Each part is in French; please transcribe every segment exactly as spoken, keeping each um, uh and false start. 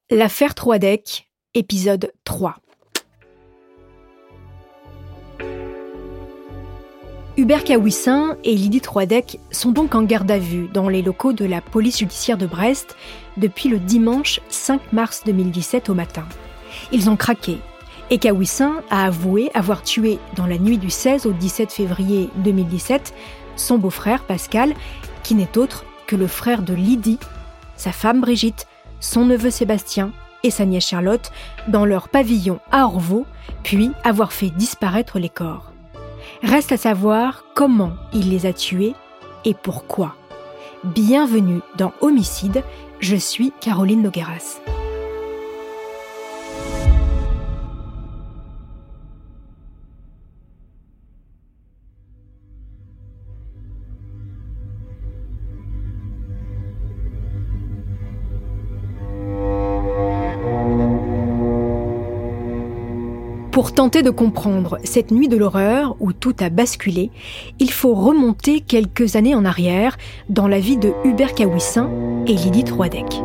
L'affaire Troadec, épisode trois. Hubert Kawissin et Lydie Troadec sont donc en garde à vue dans les locaux de la police judiciaire de Brest depuis le dimanche cinq mars deux mille dix-sept au matin. Ils ont craqué et Kawissin a avoué avoir tué dans la nuit du seize au dix-sept février deux mille dix-sept son beau-frère Pascal, qui n'est autre que le frère de Lydie, sa femme Brigitte, son neveu Sébastien et sa nièce Charlotte dans leur pavillon à Orvaux, puis avoir fait disparaître les corps. Reste à savoir comment il les a tués et pourquoi. Bienvenue dans Homicide, je suis Caroline Nogueras. Pour tenter de comprendre cette nuit de l'horreur où tout a basculé, il faut remonter quelques années en arrière dans la vie de Hubert Kawissin et Lydie Troadec.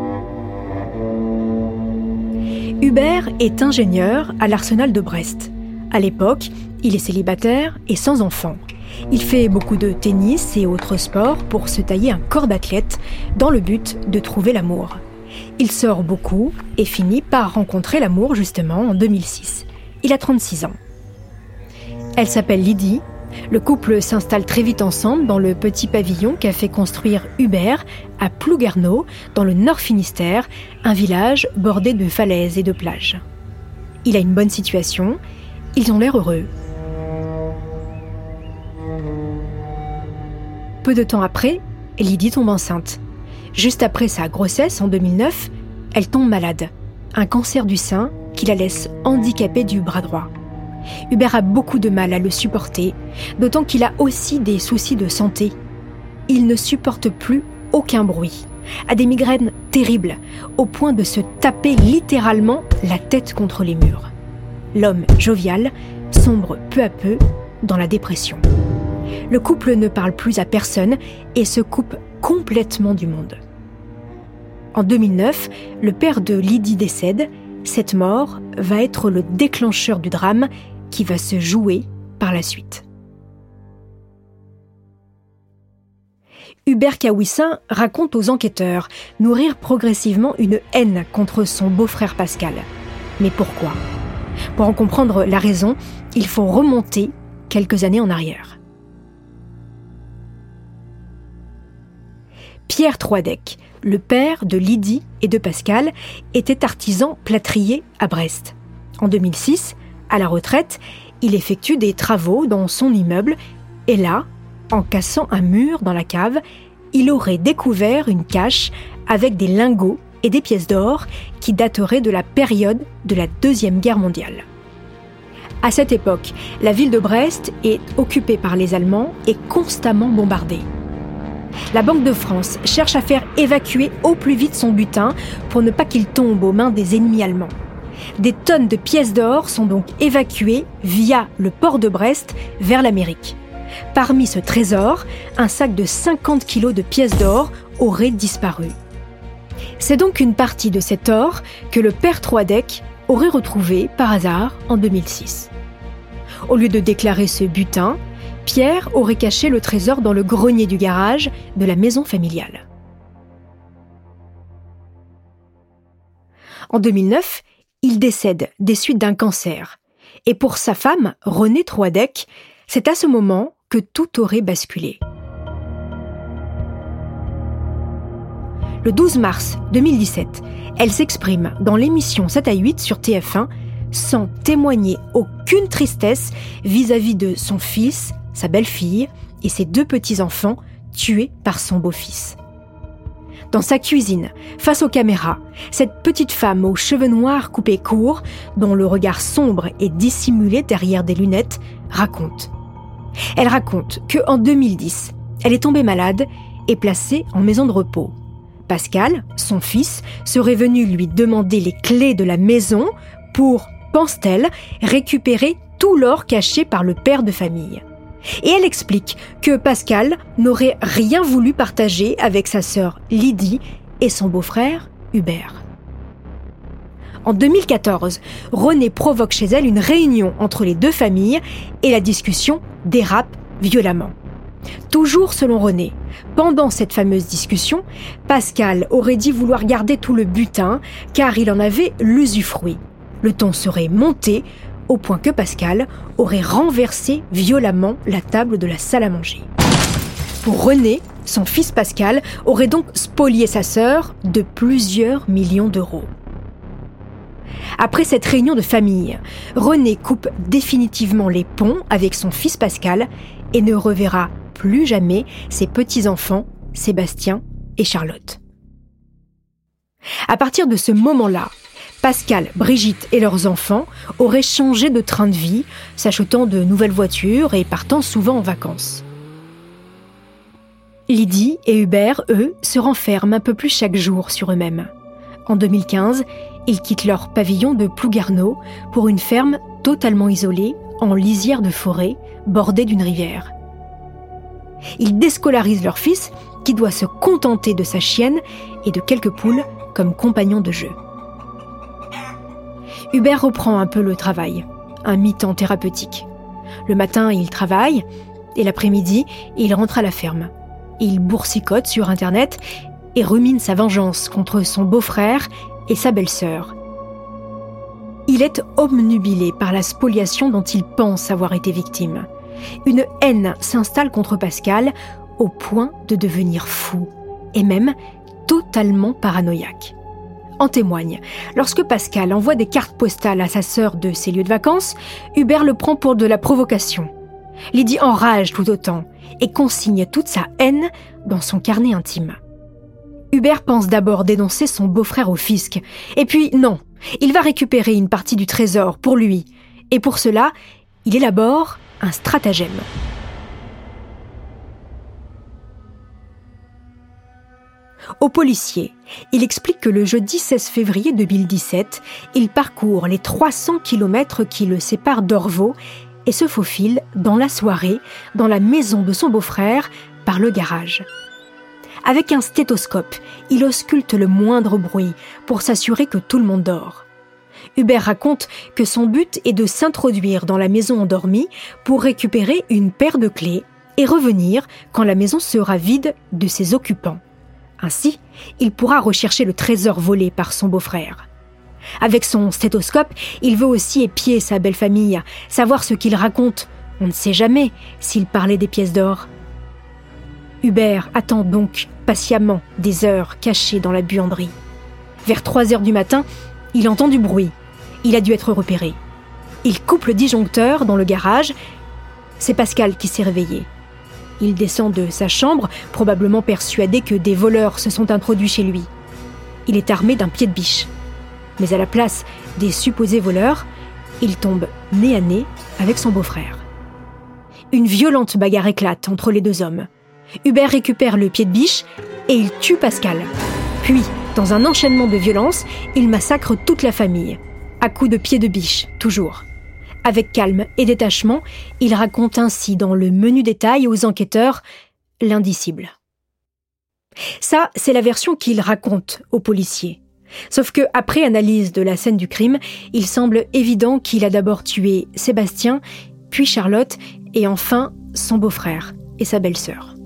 Hubert est ingénieur à l'Arsenal de Brest. À l'époque, il est célibataire et sans enfant. Il fait beaucoup de tennis et autres sports pour se tailler un corps d'athlète dans le but de trouver l'amour. Il sort beaucoup et finit par rencontrer l'amour justement en deux mille six. Il a trente-six ans. Elle s'appelle Lydie. Le couple s'installe très vite ensemble dans le petit pavillon qu'a fait construire Hubert à Plouguerneau, dans le Nord Finistère, un village bordé de falaises et de plages. Il a une bonne situation, ils ont l'air heureux. Peu de temps après, Lydie tombe enceinte. Juste après sa grossesse, en deux mille neuf, elle tombe malade. Un cancer du sein qui la laisse handicapée du bras droit. Hubert a beaucoup de mal à le supporter, d'autant qu'il a aussi des soucis de santé. Il ne supporte plus aucun bruit, a des migraines terribles, au point de se taper littéralement la tête contre les murs. L'homme jovial sombre peu à peu dans la dépression. Le couple ne parle plus à personne et se coupe complètement du monde. En deux mille neuf, le père de Lydie décède. Cette mort va être le déclencheur du drame qui va se jouer par la suite. Hubert Kawissin raconte aux enquêteurs nourrir progressivement une haine contre son beau-frère Pascal. Mais pourquoi ? Pour en comprendre la raison, il faut remonter quelques années en arrière. Pierre Troadec, le père de Lydie et de Pascal, était artisan plâtrier à Brest. En deux mille six, à la retraite, il effectue des travaux dans son immeuble et là, en cassant un mur dans la cave, il aurait découvert une cache avec des lingots et des pièces d'or qui dateraient de la période de la Deuxième Guerre mondiale. À cette époque, la ville de Brest est occupée par les Allemands et constamment bombardée. La Banque de France cherche à faire évacuer au plus vite son butin pour ne pas qu'il tombe aux mains des ennemis allemands. Des tonnes de pièces d'or sont donc évacuées via le port de Brest vers l'Amérique. Parmi ce trésor, un sac de cinquante kilos de pièces d'or aurait disparu. C'est donc une partie de cet or que le père Troadec aurait retrouvé par hasard en deux mille six. Au lieu de déclarer ce butin, Pierre aurait caché le trésor dans le grenier du garage de la maison familiale. En deux mille neuf, il décède des suites d'un cancer. Et pour sa femme, Renée Troadec, c'est à ce moment que tout aurait basculé. Le douze mars deux mille dix-sept, elle s'exprime dans l'émission sept à huit sur T F un sans témoigner aucune tristesse vis-à-vis de son fils, sa belle-fille et ses deux petits-enfants tués par son beau-fils. Dans sa cuisine, face aux caméras, cette petite femme aux cheveux noirs coupés courts, dont le regard sombre est dissimulé derrière des lunettes, raconte. Elle raconte qu'en deux mille dix, elle est tombée malade et placée en maison de repos. Pascal, son fils, serait venu lui demander les clés de la maison pour, pense-t-elle, récupérer tout l'or caché par le père de famille. Et elle explique que Pascal n'aurait rien voulu partager avec sa sœur Lydie et son beau-frère Hubert. En deux mille quatorze, Renée provoque chez elle une réunion entre les deux familles et la discussion dérape violemment. Toujours selon Renée, pendant cette fameuse discussion, Pascal aurait dit vouloir garder tout le butin car il en avait l'usufruit. Le ton serait monté au point que Pascal aurait renversé violemment la table de la salle à manger. Pour Renée, son fils Pascal aurait donc spolié sa sœur de plusieurs millions d'euros. Après cette réunion de famille, Renée coupe définitivement les ponts avec son fils Pascal et ne reverra plus jamais ses petits-enfants, Sébastien et Charlotte. À partir de ce moment-là, Pascal, Brigitte et leurs enfants auraient changé de train de vie, s'achetant de nouvelles voitures et partant souvent en vacances. Lydie et Hubert, eux, se renferment un peu plus chaque jour sur eux-mêmes. En deux mille quinze, ils quittent leur pavillon de Plougarneau pour une ferme totalement isolée, en lisière de forêt, bordée d'une rivière. Ils déscolarisent leur fils, qui doit se contenter de sa chienne et de quelques poules comme compagnons de jeu. Hubert reprend un peu le travail, un mi-temps thérapeutique. Le matin, il travaille, et l'après-midi, il rentre à la ferme. Il boursicote sur Internet et rumine sa vengeance contre son beau-frère et sa belle-sœur. Il est obnubilé par la spoliation dont il pense avoir été victime. Une haine s'installe contre Pascal au point de devenir fou et même totalement paranoïaque. En témoigne, lorsque Pascal envoie des cartes postales à sa sœur de ses lieux de vacances, Hubert le prend pour de la provocation. Lydie enrage tout autant et consigne toute sa haine dans son carnet intime. Hubert pense d'abord dénoncer son beau-frère au fisc, et puis non, il va récupérer une partie du trésor pour lui, et pour cela, il élabore un stratagème. Au policier, il explique que le jeudi seize février deux mille dix-sept, il parcourt les trois cents kilomètres qui le séparent d'Orvaux et se faufile dans la soirée dans la maison de son beau-frère par le garage. Avec un stéthoscope, il ausculte le moindre bruit pour s'assurer que tout le monde dort. Hubert raconte que son but est de s'introduire dans la maison endormie pour récupérer une paire de clés et revenir quand la maison sera vide de ses occupants. Ainsi, il pourra rechercher le trésor volé par son beau-frère. Avec son stéthoscope, il veut aussi épier sa belle famille, savoir ce qu'il raconte. On ne sait jamais s'il parlait des pièces d'or. Hubert attend donc patiemment des heures cachées dans la buanderie. Vers trois heures du matin, il entend du bruit. Il a dû être repéré. Il coupe le disjoncteur dans le garage. C'est Pascal qui s'est réveillé. Il descend de sa chambre, probablement persuadé que des voleurs se sont introduits chez lui. Il est armé d'un pied de biche. Mais à la place des supposés voleurs, il tombe nez à nez avec son beau-frère. Une violente bagarre éclate entre les deux hommes. Hubert récupère le pied de biche et il tue Pascal. Puis, dans un enchaînement de violences, il massacre toute la famille, à coups de pied de biche, toujours. Avec calme et détachement, il raconte ainsi dans le menu détail aux enquêteurs l'indicible. Ça, c'est la version qu'il raconte aux policiers. Sauf que, après analyse de la scène du crime, il semble évident qu'il a d'abord tué Sébastien, puis Charlotte, et enfin son beau-frère et sa belle-sœur.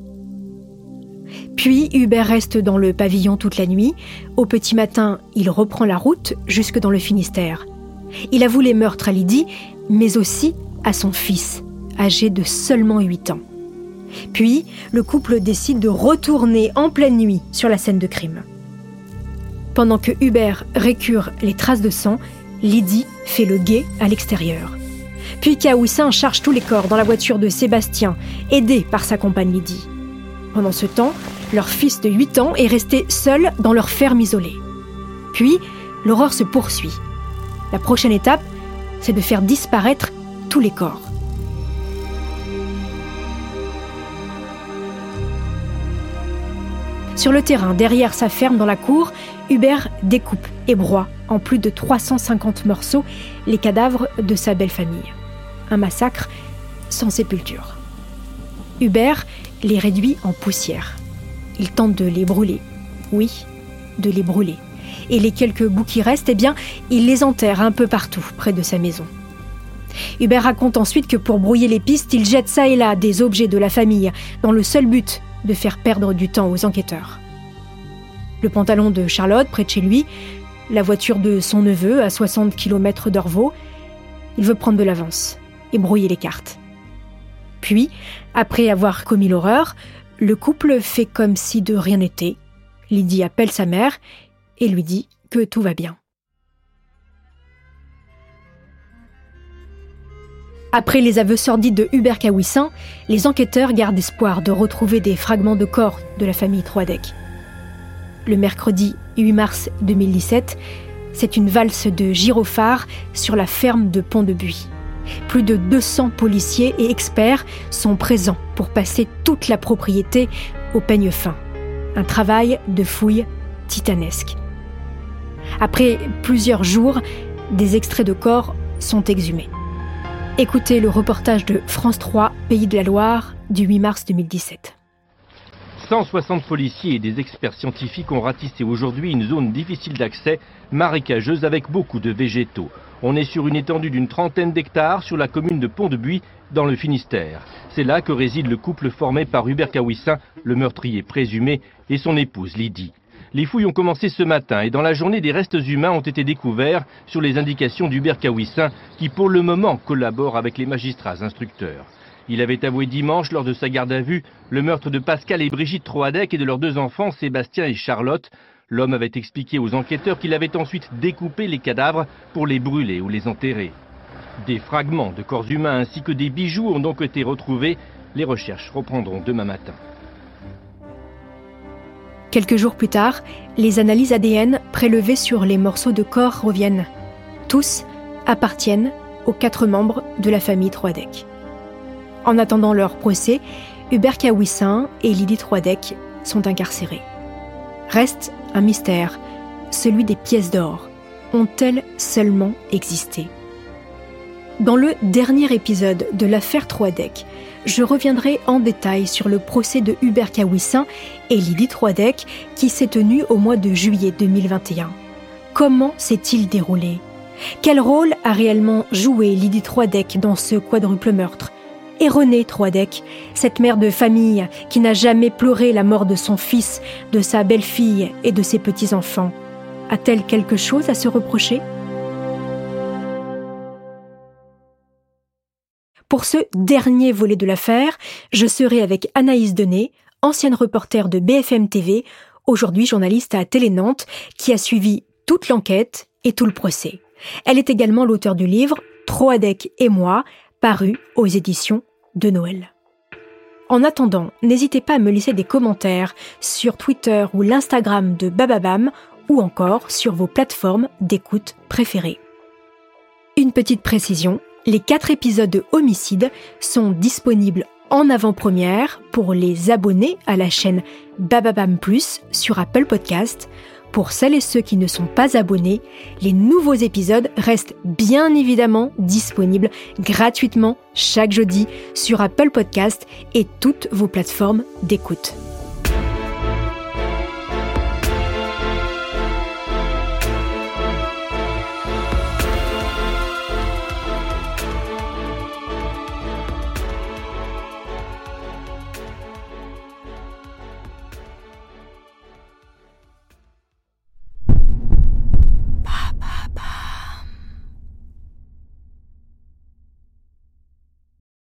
Puis Hubert reste dans le pavillon toute la nuit. Au petit matin, il reprend la route jusque dans le Finistère. Il avoue les meurtres à Lydie, mais aussi à son fils, âgé de seulement huit ans. Puis, le couple décide de retourner en pleine nuit sur la scène de crime. Pendant que Hubert récure les traces de sang, Lydie fait le guet à l'extérieur. Puis Cahoussin charge tous les corps dans la voiture de Sébastien, aidé par sa compagne Lydie. Pendant ce temps, leur fils de huit ans est resté seul dans leur ferme isolée. Puis, l'horreur se poursuit. La prochaine étape, c'est de faire disparaître tous les corps. Sur le terrain, derrière sa ferme dans la cour, Hubert découpe et broie en plus de trois cent cinquante morceaux les cadavres de sa belle famille. Un massacre sans sépulture. Hubert les réduit en poussière. Il tente de les brûler. Oui, de les brûler. Et les quelques bouts qui restent, eh bien, il les enterre un peu partout près de sa maison. Hubert raconte ensuite que pour brouiller les pistes, il jette ça et là des objets de la famille dans le seul but de faire perdre du temps aux enquêteurs. Le pantalon de Charlotte près de chez lui, la voiture de son neveu à soixante kilomètres d'Orvaux. Il veut prendre de l'avance et brouiller les cartes. Puis, après avoir commis l'horreur, le couple fait comme si de rien n'était. Lydie appelle sa mère et lui dit que tout va bien. Après les aveux sordides de Hubert Kawissin, les enquêteurs gardent espoir de retrouver des fragments de corps de la famille Troadec. Le mercredi huit mars deux mille dix-sept, c'est une valse de gyrophares sur la ferme de Pont-de-Buis. Plus de deux cents policiers et experts sont présents pour passer toute la propriété au peigne fin. Un travail de fouille titanesque. Après plusieurs jours, des extraits de corps sont exhumés. Écoutez le reportage de France trois, Pays de la Loire, du huit mars deux mille dix-sept. cent soixante policiers et des experts scientifiques ont ratissé aujourd'hui une zone difficile d'accès, marécageuse avec beaucoup de végétaux. On est sur une étendue d'une trentaine d'hectares sur la commune de Pont-de-Buis, dans le Finistère. C'est là que réside le couple formé par Hubert Kawissin, le meurtrier présumé, et son épouse Lydie. Les fouilles ont commencé ce matin et dans la journée, des restes humains ont été découverts sur les indications d'Hubert Kawissin, qui pour le moment collabore avec les magistrats instructeurs. Il avait avoué dimanche, lors de sa garde à vue, le meurtre de Pascal et Brigitte Troadec et de leurs deux enfants, Sébastien et Charlotte. L'homme avait expliqué aux enquêteurs qu'il avait ensuite découpé les cadavres pour les brûler ou les enterrer. Des fragments de corps humains ainsi que des bijoux ont donc été retrouvés. Les recherches reprendront demain matin. Quelques jours plus tard, les analyses A D N prélevées sur les morceaux de corps reviennent. Tous appartiennent aux quatre membres de la famille Troadec. En attendant leur procès, Hubert Kawissin et Lydie Troadec sont incarcérés. Reste un mystère, celui des pièces d'or. Ont-elles seulement existé ? Dans le dernier épisode de l'affaire Troadec, je reviendrai en détail sur le procès de Hubert Kawissin et Lydie Troadec qui s'est tenu au mois de juillet deux mille vingt et un. Comment s'est-il déroulé ? Quel rôle a réellement joué Lydie Troadec dans ce quadruple meurtre ? Et Renée Troadec, cette mère de famille qui n'a jamais pleuré la mort de son fils, de sa belle-fille et de ses petits-enfants, a-t-elle quelque chose à se reprocher ? Pour ce dernier volet de l'affaire, je serai avec Anaïs Denay, ancienne reporter de B F M T V, aujourd'hui journaliste à Télé Nantes, qui a suivi toute l'enquête et tout le procès. Elle est également l'auteure du livre « Troadec et moi », paru aux éditions de Noël. En attendant, n'hésitez pas à me laisser des commentaires sur Twitter ou l'Instagram de Bababam ou encore sur vos plateformes d'écoute préférées. Une petite précision, les quatre épisodes de Homicide sont disponibles en avant-première pour les abonnés à la chaîne Bababam Plus sur Apple Podcast. Pour celles et ceux qui ne sont pas abonnés, les nouveaux épisodes restent bien évidemment disponibles gratuitement chaque jeudi sur Apple Podcast et toutes vos plateformes d'écoute.